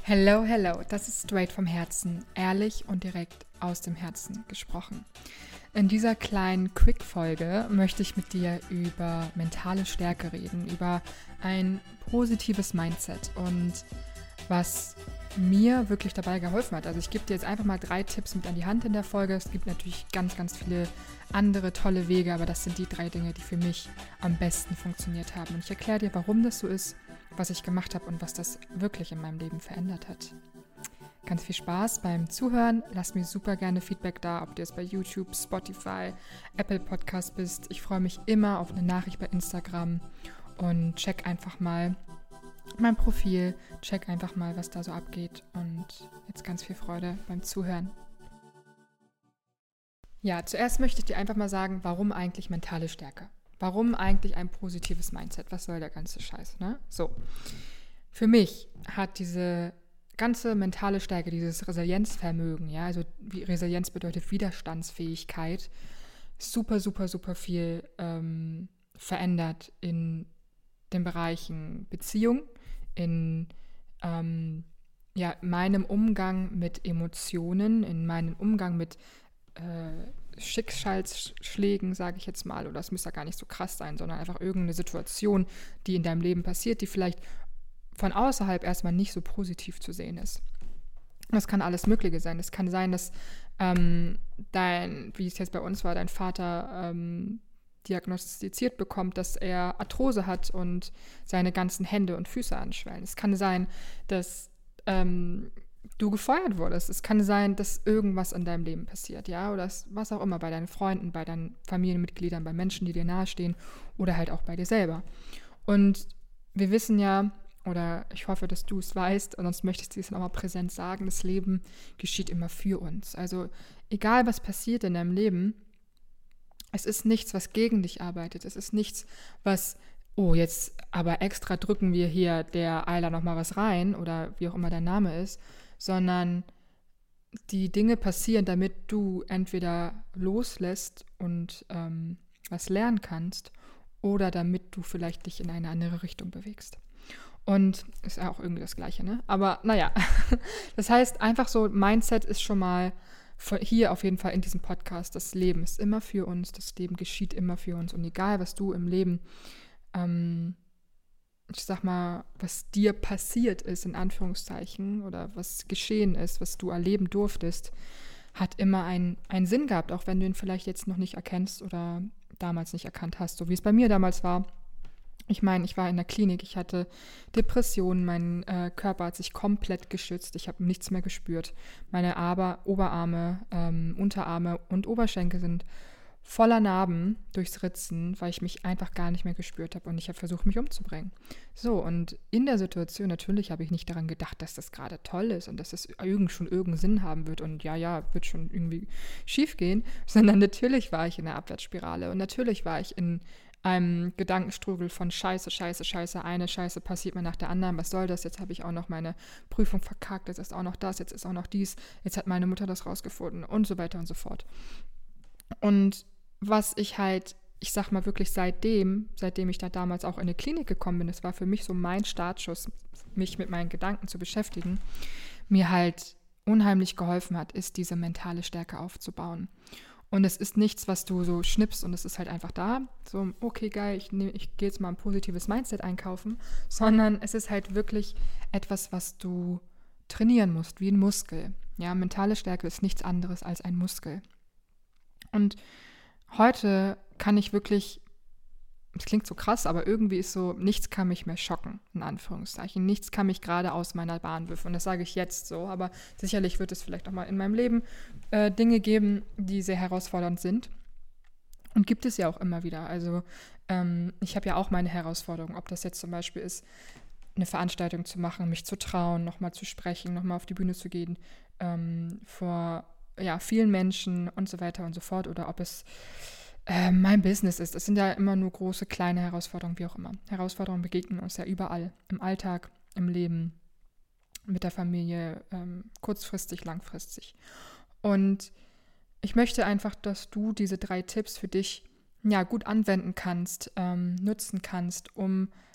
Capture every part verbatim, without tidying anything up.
Hello, hello, das ist straight vom Herzen, ehrlich und direkt aus dem Herzen gesprochen. In dieser kleinen Quick-Folge möchte ich mit dir über mentale Stärke reden, über ein positives Mindset und was mir wirklich dabei geholfen hat. Also ich gebe dir jetzt einfach mal drei Tipps mit an die Hand in der Folge. Es gibt natürlich ganz, ganz viele andere tolle Wege, aber das sind die drei Dinge, die für mich am besten funktioniert haben. Und ich erkläre dir, warum das so ist, was ich gemacht habe und was das wirklich in meinem Leben verändert hat. Ganz viel Spaß beim Zuhören. Lass mir super gerne Feedback da, ob du jetzt bei YouTube, Spotify, Apple Podcast bist. Ich freue mich immer auf eine Nachricht bei Instagram und check einfach mal mein Profil, check einfach mal, was da so abgeht und jetzt ganz viel Freude beim Zuhören. Ja, zuerst möchte ich dir einfach mal sagen, warum eigentlich mentale Stärke? Warum eigentlich ein positives Mindset? Was soll der ganze Scheiß, ne? So, für mich hat diese ganze mentale Stärke, dieses Resilienzvermögen, ja, also wie Resilienz bedeutet Widerstandsfähigkeit, super, super, super viel ähm, verändert in den Bereichen Beziehung, in ähm, ja, meinem Umgang mit Emotionen, in meinem Umgang mit äh, Schicksalsschlägen, sage ich jetzt mal, oder es muss ja gar nicht so krass sein, sondern einfach irgendeine Situation, die in deinem Leben passiert, die vielleicht von außerhalb erstmal nicht so positiv zu sehen ist. Das kann alles Mögliche sein. Es kann sein, dass ähm, dein, wie es jetzt bei uns war, dein Vater ähm, diagnostiziert bekommt, dass er Arthrose hat und seine ganzen Hände und Füße anschwellen. Es kann sein, dass ähm, du gefeuert wurdest. Es kann sein, dass irgendwas in deinem Leben passiert, ja, oder was auch immer, bei deinen Freunden, bei deinen Familienmitgliedern, bei Menschen, die dir nahestehen oder halt auch bei dir selber. Und wir wissen ja, oder ich hoffe, dass du es weißt, und sonst möchte ich es dir nochmal präsent sagen, das Leben geschieht immer für uns. Also egal, was passiert in deinem Leben, es ist nichts, was gegen dich arbeitet. Es ist nichts, was, oh, jetzt aber extra drücken wir hier der Eiler nochmal was rein oder wie auch immer dein Name ist, sondern die Dinge passieren, damit du entweder loslässt und ähm, was lernen kannst oder damit du vielleicht dich in eine andere Richtung bewegst. Und ist ja auch irgendwie das Gleiche, ne? Aber naja, das heißt einfach so, Mindset ist schon mal hier auf jeden Fall in diesem Podcast, das Leben ist immer für uns, das Leben geschieht immer für uns und egal, was du im Leben ähm, ich sag mal, was dir passiert ist, in Anführungszeichen, oder was geschehen ist, was du erleben durftest, hat immer einen, einen Sinn gehabt, auch wenn du ihn vielleicht jetzt noch nicht erkennst oder damals nicht erkannt hast, so wie es bei mir damals war. Ich meine, ich war in der Klinik, ich hatte Depressionen, mein äh, Körper hat sich komplett geschützt, ich habe nichts mehr gespürt. Meine Aber, Oberarme, ähm, Unterarme und Oberschenkel sind voller Narben durchs Ritzen, weil ich mich einfach gar nicht mehr gespürt habe und ich habe versucht, mich umzubringen. So, und in der Situation natürlich habe ich nicht daran gedacht, dass das gerade toll ist und dass das irgend schon irgendeinen Sinn haben wird und ja, ja, wird schon irgendwie schief gehen, sondern natürlich war ich in der Abwärtsspirale und natürlich war ich in einem Gedankenstrudel von Scheiße, Scheiße, Scheiße, eine Scheiße passiert mir nach der anderen, was soll das, jetzt habe ich auch noch meine Prüfung verkackt, jetzt ist auch noch das, jetzt ist auch noch dies, jetzt hat meine Mutter das rausgefunden und so weiter und so fort. Und was ich halt, ich sag mal wirklich seitdem, seitdem ich da damals auch in eine Klinik gekommen bin, das war für mich so mein Startschuss, mich mit meinen Gedanken zu beschäftigen, mir halt unheimlich geholfen hat, ist diese mentale Stärke aufzubauen. Und es ist nichts, was du so schnippst und es ist halt einfach da, so okay, geil, ich, nehm, ich gehe jetzt mal ein positives Mindset einkaufen, sondern es ist halt wirklich etwas, was du trainieren musst, wie ein Muskel. Ja, mentale Stärke ist nichts anderes als ein Muskel. Und heute kann ich wirklich, es klingt so krass, aber irgendwie ist so, nichts kann mich mehr schocken, in Anführungszeichen. Nichts kann mich gerade aus meiner Bahn wirfen. Und das sage ich jetzt so, aber sicherlich wird es vielleicht auch mal in meinem Leben äh, Dinge geben, die sehr herausfordernd sind. Und gibt es ja auch immer wieder. Also ähm, ich habe ja auch meine Herausforderungen, ob das jetzt zum Beispiel ist, eine Veranstaltung zu machen, mich zu trauen, nochmal zu sprechen, nochmal auf die Bühne zu gehen, ähm, vor ja, vielen Menschen und so weiter und so fort, oder ob es äh, mein Business ist. Es sind ja immer nur große, kleine Herausforderungen, wie auch immer. Herausforderungen begegnen uns ja überall, im Alltag, im Leben, mit der Familie, ähm, kurzfristig, langfristig. Und ich möchte einfach, dass du diese drei Tipps für dich ja, gut anwenden kannst, ähm, nutzen kannst, um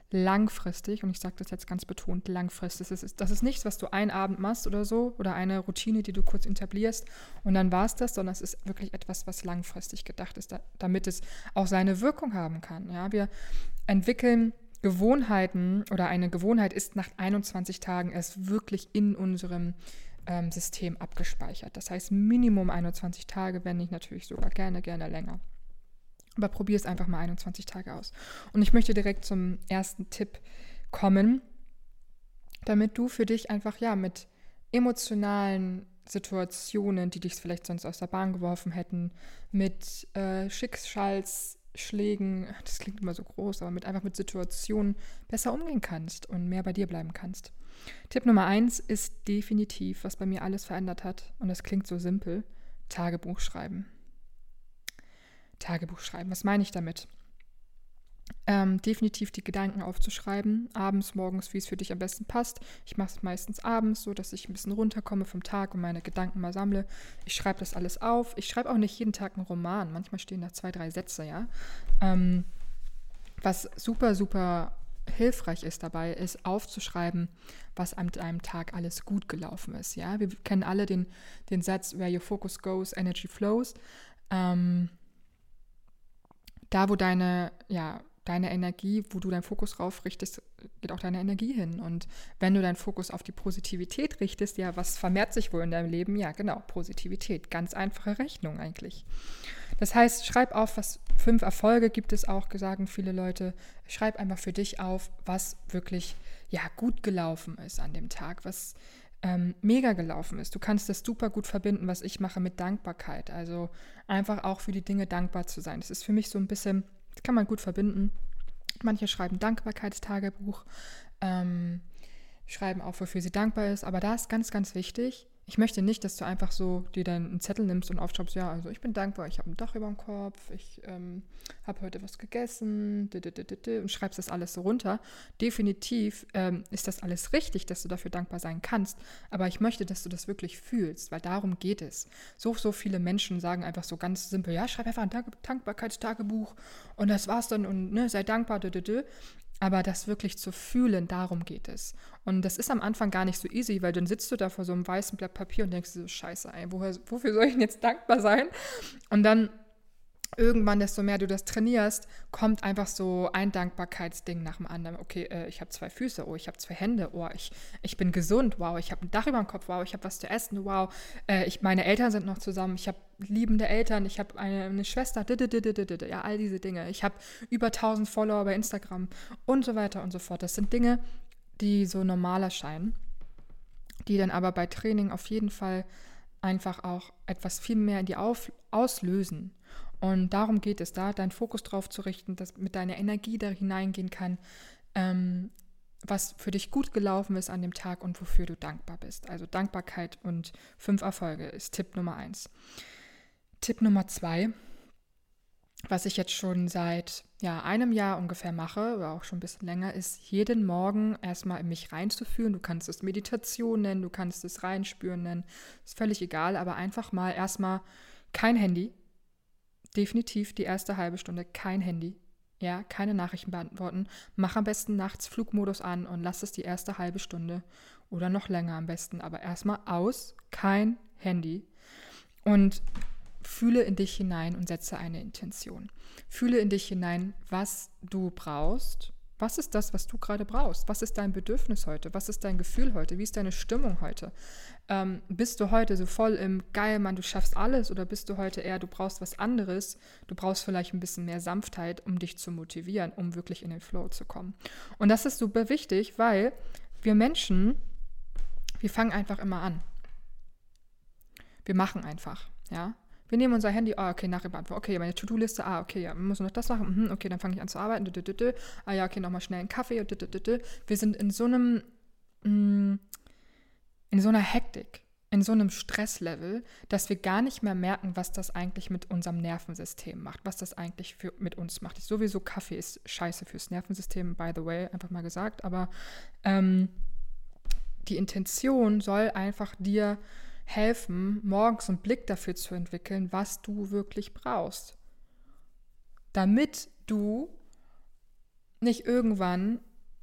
langfristig, und ich sage das jetzt ganz betont, langfristig. Das ist, das ist nichts, was du einen Abend machst oder so, oder eine Routine, die du kurz etablierst und dann war es das, sondern es ist wirklich etwas, was langfristig gedacht ist, da, damit es auch seine Wirkung haben kann. Ja, wir entwickeln Gewohnheiten, oder eine Gewohnheit ist nach einundzwanzig Tagen erst wirklich in unserem ähm, System abgespeichert. Das heißt Minimum einundzwanzig Tage, wenn nicht natürlich sogar gerne, gerne länger. Aber probier es einfach mal einundzwanzig Tage aus. Und ich möchte direkt zum ersten Tipp kommen, damit du für dich einfach ja mit emotionalen Situationen, die dich vielleicht sonst aus der Bahn geworfen hätten, mit äh, Schicksalsschlägen, das klingt immer so groß, aber mit einfach mit Situationen besser umgehen kannst und mehr bei dir bleiben kannst. Tipp Nummer eins ist definitiv, was bei mir alles verändert hat, und das klingt so simpel, Tagebuch schreiben. Tagebuch schreiben. Was meine ich damit? Ähm, definitiv die Gedanken aufzuschreiben, abends, morgens, wie es für dich am besten passt. Ich mache es meistens abends, so dass ich ein bisschen runterkomme vom Tag und meine Gedanken mal sammle. Ich schreibe das alles auf. Ich schreibe auch nicht jeden Tag einen Roman. Manchmal stehen da zwei, drei Sätze, ja. Ähm, was super, super hilfreich ist dabei, ist aufzuschreiben, was an einem Tag alles gut gelaufen ist, ja. Wir kennen alle den, den Satz, where your focus goes, energy flows. Ähm, Da, wo deine, ja, deine Energie, wo du deinen Fokus drauf richtest, geht auch deine Energie hin. Und wenn du deinen Fokus auf die Positivität richtest, ja, was vermehrt sich wohl in deinem Leben? Ja, genau, Positivität. Ganz einfache Rechnung eigentlich. Das heißt, schreib auf, was fünf Erfolge gibt es auch, sagen viele Leute. Schreib einfach für dich auf, was wirklich, ja, gut gelaufen ist an dem Tag, was Ähm, mega gelaufen ist. Du kannst das super gut verbinden, was ich mache, mit Dankbarkeit. Also einfach auch für die Dinge dankbar zu sein. Das ist für mich so ein bisschen, das kann man gut verbinden. Manche schreiben Dankbarkeitstagebuch, ähm, schreiben auch, wofür sie dankbar ist. Aber da ist ganz, ganz wichtig, ich möchte nicht, dass du einfach so dir deinen Zettel nimmst und aufschreibst, ja, also ich bin dankbar, ich habe ein Dach über dem Kopf, ich ähm, habe heute was gegessen und schreibst das alles so runter. Definitiv ähm, ist das alles richtig, dass du dafür dankbar sein kannst, aber ich möchte, dass du das wirklich fühlst, weil darum geht es. So, so viele Menschen sagen einfach so ganz simpel, ja, schreib einfach ein Dank- Dankbarkeitstagebuch und das war's dann und ne, sei dankbar, aber das wirklich zu fühlen, darum geht es. Und das ist am Anfang gar nicht so easy, weil dann sitzt du da vor so einem weißen Blatt Papier und denkst so, scheiße, ey, woher, wofür soll ich denn jetzt dankbar sein? Und dann irgendwann, desto mehr du das trainierst, kommt einfach so ein Dankbarkeitsding nach dem anderen. Okay, äh, ich habe zwei Füße, oh, ich habe zwei Hände, oh, ich, ich bin gesund, wow, ich habe ein Dach über dem Kopf, wow, ich habe was zu essen, wow, äh, ich, meine Eltern sind noch zusammen, ich habe liebende Eltern, ich habe eine, eine Schwester, ja, all diese Dinge. Ich habe über tausend Follower bei Instagram und so weiter und so fort. Das sind Dinge, die so normal erscheinen, die dann aber bei Training auf jeden Fall einfach auch etwas viel mehr in die Auf- auslösen. Und darum geht es, da deinen Fokus drauf zu richten, dass mit deiner Energie da hineingehen kann, ähm, was für dich gut gelaufen ist an dem Tag und wofür du dankbar bist. Also Dankbarkeit und fünf Erfolge ist Tipp Nummer eins. Tipp Nummer zwei, was ich jetzt schon seit ja, einem Jahr ungefähr mache, oder auch schon ein bisschen länger, ist jeden Morgen erstmal in mich reinzufühlen. Du kannst es Meditation nennen, du kannst es reinspüren nennen, ist völlig egal, aber einfach mal erstmal kein Handy. Definitiv die erste halbe Stunde kein Handy. Ja, keine Nachrichten beantworten. Mach am besten nachts Flugmodus an und lass es die erste halbe Stunde oder noch länger am besten. Aber erstmal aus, kein Handy. Und fühle in dich hinein und setze eine Intention. Fühle in dich hinein, was du brauchst. Was ist das, was du gerade brauchst? Was ist dein Bedürfnis heute? Was ist dein Gefühl heute? Wie ist deine Stimmung heute? Ähm, bist du heute so voll im Geil, Mann, du schaffst alles? Oder bist du heute eher, du brauchst was anderes? Du brauchst vielleicht ein bisschen mehr Sanftheit, um dich zu motivieren, um wirklich in den Flow zu kommen. Und das ist super wichtig, weil wir Menschen, wir fangen einfach immer an. Wir machen einfach, ja. Wir nehmen unser Handy, ah, okay, Nachricht beantworten, okay, meine To-Do-Liste, ah, okay, ja, wir müssen noch das machen, mhm, okay, dann fange ich an zu arbeiten, dü, dü, dü, ah ja, okay, nochmal schnell einen Kaffee, dü, dü, dü, dü. Wir sind in so einem, mh, in so einer Hektik, in so einem Stresslevel, dass wir gar nicht mehr merken, was das eigentlich mit unserem Nervensystem macht, was das eigentlich für, mit uns macht. Sowieso Kaffee ist scheiße fürs Nervensystem, by the way, einfach mal gesagt, aber ähm, die Intention soll einfach dir helfen, morgens einen Blick dafür zu entwickeln, was du wirklich brauchst. Damit du nicht irgendwann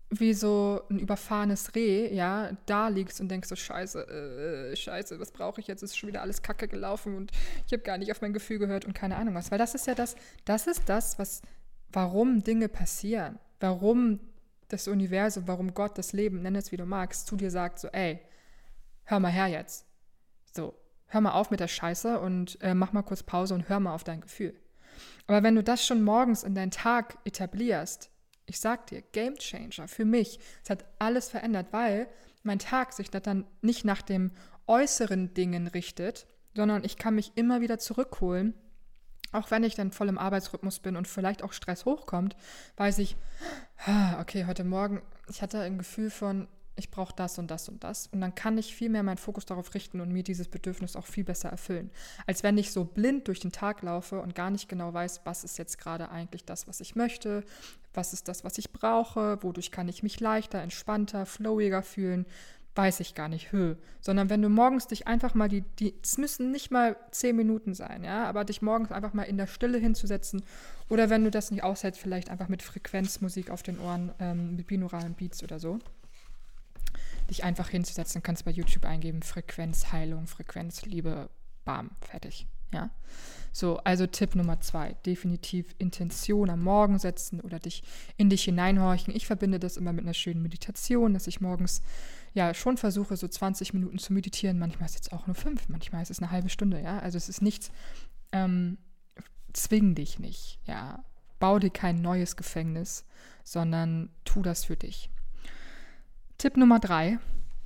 wie so ein überfahrenes Reh, ja, da liegst und denkst so, scheiße, äh, scheiße, was brauche ich jetzt? Ist schon wieder alles kacke gelaufen und ich habe gar nicht auf mein Gefühl gehört und keine Ahnung was. Weil das ist ja das, das ist das, was, warum Dinge passieren. Warum das Universum, warum Gott, das Leben, nenn es wie du magst, zu dir sagt so, ey, hör mal her jetzt. So, hör mal auf mit der Scheiße und äh, mach mal kurz Pause und hör mal auf dein Gefühl. Aber wenn du das schon morgens in deinen Tag etablierst, ich sag dir, Game Changer für mich. Es hat alles verändert, weil mein Tag sich dann nicht nach den äußeren Dingen richtet, sondern ich kann mich immer wieder zurückholen, auch wenn ich dann voll im Arbeitsrhythmus bin und vielleicht auch Stress hochkommt, weiß ich, okay, heute Morgen, ich hatte ein Gefühl von, ich brauche das und das und das. Und dann kann ich viel mehr meinen Fokus darauf richten und mir dieses Bedürfnis auch viel besser erfüllen. Als wenn ich so blind durch den Tag laufe und gar nicht genau weiß, was ist jetzt gerade eigentlich das, was ich möchte, was ist das, was ich brauche, wodurch kann ich mich leichter, entspannter, flowiger fühlen, weiß ich gar nicht, hö. Sondern wenn du morgens dich einfach mal, die, die, es müssen nicht mal zehn Minuten sein, ja, aber dich morgens einfach mal in der Stille hinzusetzen oder wenn du das nicht aushältst, vielleicht einfach mit Frequenzmusik auf den Ohren, ähm, mit binauralen Beats oder so, dich einfach hinzusetzen, kannst bei YouTube eingeben, Frequenzheilung, Frequenzliebe, bam, fertig, ja. So, also Tipp Nummer zwei, definitiv Intention am Morgen setzen oder dich in dich hineinhorchen. Ich verbinde das immer mit einer schönen Meditation, dass ich morgens ja schon versuche, so zwanzig Minuten zu meditieren. Manchmal ist es jetzt auch nur fünf, manchmal ist es eine halbe Stunde, ja. Also es ist nichts, ähm, zwing dich nicht, ja. Bau dir kein neues Gefängnis, sondern tu das für dich. Tipp Nummer drei,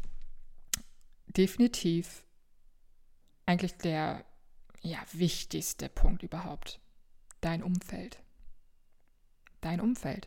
definitiv eigentlich der ja, wichtigste Punkt überhaupt, dein Umfeld. Dein Umfeld.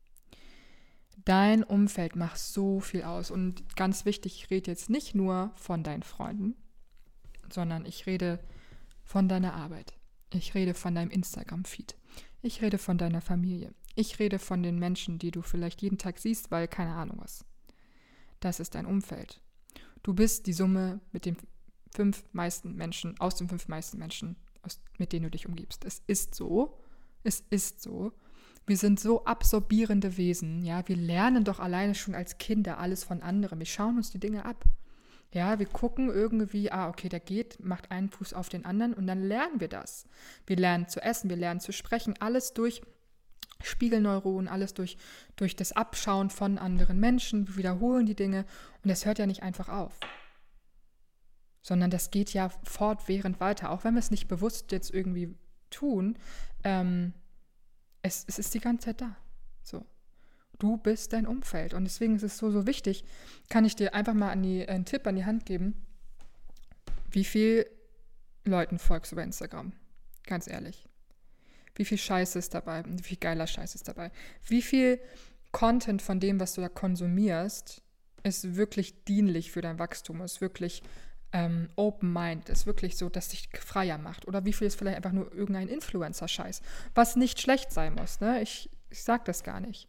Dein Umfeld macht so viel aus. Und ganz wichtig, ich rede jetzt nicht nur von deinen Freunden, sondern ich rede von deiner Arbeit. Ich rede von deinem Instagram-Feed. Ich rede von deiner Familie. Ich rede von den Menschen, die du vielleicht jeden Tag siehst, weil keine Ahnung was. Das ist dein Umfeld. Du bist die Summe mit den fünf meisten Menschen, aus den fünf meisten Menschen, aus, mit denen du dich umgibst. Es ist so. Es ist so. Wir sind so absorbierende Wesen. Ja, wir lernen doch alleine schon als Kinder alles von anderen. Wir schauen uns die Dinge ab. Ja, wir gucken irgendwie, ah, okay, der geht, macht einen Fuß auf den anderen und dann lernen wir das. Wir lernen zu essen, wir lernen zu sprechen, alles durch Spiegelneuronen, alles durch, durch das Abschauen von anderen Menschen, wir wiederholen die Dinge und das hört ja nicht einfach auf, sondern das geht ja fortwährend weiter, auch wenn wir es nicht bewusst jetzt irgendwie tun, ähm, es, es ist die ganze Zeit da, so. Du bist dein Umfeld und deswegen ist es so, so wichtig, kann ich dir einfach mal an die, einen Tipp an die Hand geben, wie viel Leuten folgst du bei Instagram, ganz ehrlich. Wie viel Scheiße ist dabei? Wie viel geiler Scheiß ist dabei? Wie viel Content von dem, was du da konsumierst, ist wirklich dienlich für dein Wachstum, ist wirklich ähm, open mind, ist wirklich so, dass dich freier macht? Oder wie viel ist vielleicht einfach nur irgendein Influencer-Scheiß, was nicht schlecht sein muss, ne? Ich, ich sag das gar nicht.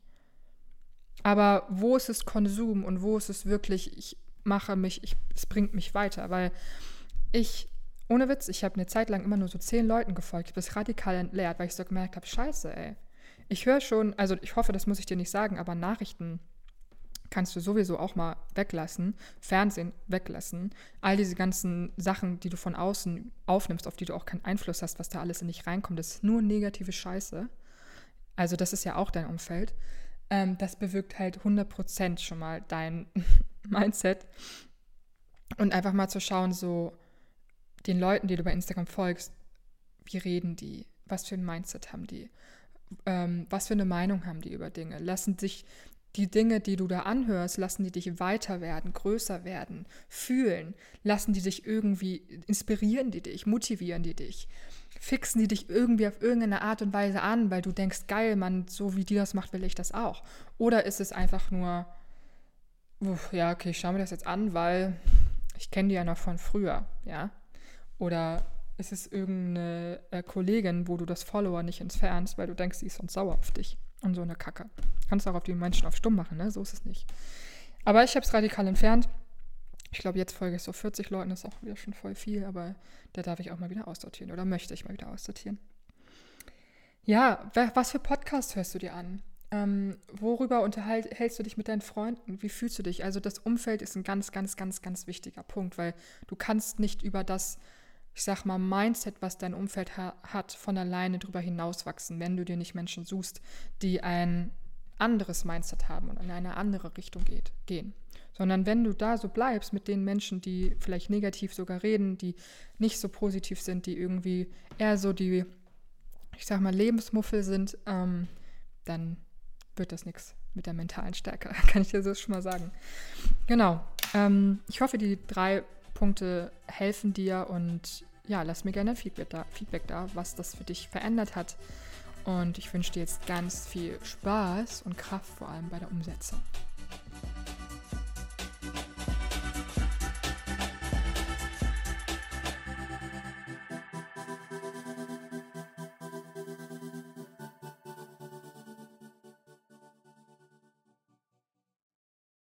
Aber wo ist es Konsum und wo ist es wirklich, ich mache mich, ich, es bringt mich weiter, weil ich Ohne Witz, ich habe eine Zeit lang immer nur so zehn Leuten gefolgt. Ich habe das radikal entleert, weil ich so gemerkt habe, scheiße, ey. Ich höre schon, also ich hoffe, das muss ich dir nicht sagen, aber Nachrichten kannst du sowieso auch mal weglassen. Fernsehen weglassen. All diese ganzen Sachen, die du von außen aufnimmst, auf die du auch keinen Einfluss hast, was da alles in dich reinkommt, das ist nur negative Scheiße. Also das ist ja auch dein Umfeld. Ähm, das bewirkt halt hundert Prozent schon mal dein Mindset. Und einfach mal zu schauen, so den Leuten, die du bei Instagram folgst, wie reden die? Was für ein Mindset haben die? Ähm, was für eine Meinung haben die über Dinge? Lassen sich die Dinge, die du da anhörst, lassen die dich weiter werden, größer werden, fühlen? Lassen die dich irgendwie, inspirieren die dich, motivieren die dich? Fixen die dich irgendwie auf irgendeine Art und Weise an, weil du denkst, geil, Mann, so wie die das macht, will ich das auch? Oder ist es einfach nur, uff, ja, okay, ich schaue mir das jetzt an, weil ich kenne die ja noch von früher, ja? Oder ist es irgendeine äh, Kollegin, wo du das Follower nicht entfernst, weil du denkst, sie ist sonst sauer auf dich und so eine Kacke. Kannst auch auf die Menschen auf stumm machen, ne? So ist es nicht. Aber ich habe es radikal entfernt. Ich glaube, jetzt folge ich so vierzig Leuten, das ist auch wieder schon voll viel, aber da darf ich auch mal wieder aussortieren oder möchte ich mal wieder aussortieren. Ja, was für Podcast hörst du dir an? Ähm, worüber unterhältst du dich mit deinen Freunden? Wie fühlst du dich? Also das Umfeld ist ein ganz, ganz, ganz, ganz wichtiger Punkt, weil du kannst nicht über das, ich sag mal, Mindset, was dein Umfeld ha- hat, von alleine drüber hinauswachsen, wenn du dir nicht Menschen suchst, die ein anderes Mindset haben und in eine andere Richtung geht, gehen. Sondern wenn du da so bleibst mit den Menschen, die vielleicht negativ sogar reden, die nicht so positiv sind, die irgendwie eher so die, ich sag mal, Lebensmuffel sind, ähm, dann wird das nichts mit der mentalen Stärke, kann ich dir so schon mal sagen. Genau. Ähm, ich hoffe, die drei Punkte helfen dir und ja, lass mir gerne Feedback da, Feedback da, was das für dich verändert hat. Und ich wünsche dir jetzt ganz viel Spaß und Kraft vor allem bei der Umsetzung.